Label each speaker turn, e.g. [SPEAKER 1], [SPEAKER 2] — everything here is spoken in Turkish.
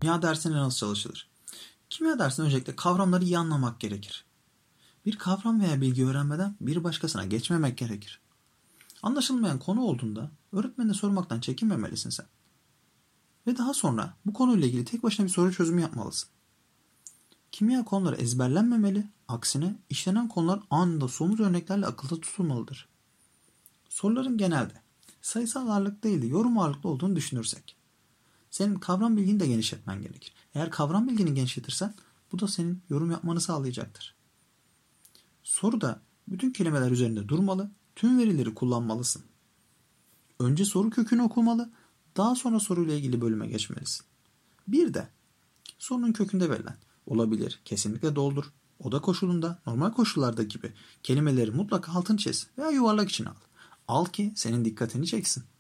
[SPEAKER 1] Kimya dersine nasıl çalışılır? Kimya dersinde öncelikle kavramları iyi anlamak gerekir. Bir kavram veya bilgi öğrenmeden bir başkasına geçmemek gerekir. Anlaşılmayan konu olduğunda öğretmenine sormaktan çekinmemelisin sen. Ve daha sonra bu konuyla ilgili tek başına bir soru çözümü yapmalısın. Kimya konuları ezberlenmemeli, aksine işlenen konular anında somut örneklerle akılda tutulmalıdır. Soruların genelde sayısal ağırlık değil de yorum ağırlıklı olduğunu düşünürsek, senin kavram bilgini de genişletmen gerekir. Eğer kavram bilgini genişletirsen bu da senin yorum yapmanı sağlayacaktır. Soruda bütün kelimeler üzerinde durmalı, tüm verileri kullanmalısın. Önce soru kökünü okumalı, daha sonra soruyla ilgili bölüme geçmelisin. Bir de sorunun kökünde verilen olabilir, kesinlikle doldur, oda koşulunda, normal koşullarda gibi kelimeleri mutlaka altını çiz veya yuvarlak içine al. Al ki senin dikkatini çeksin.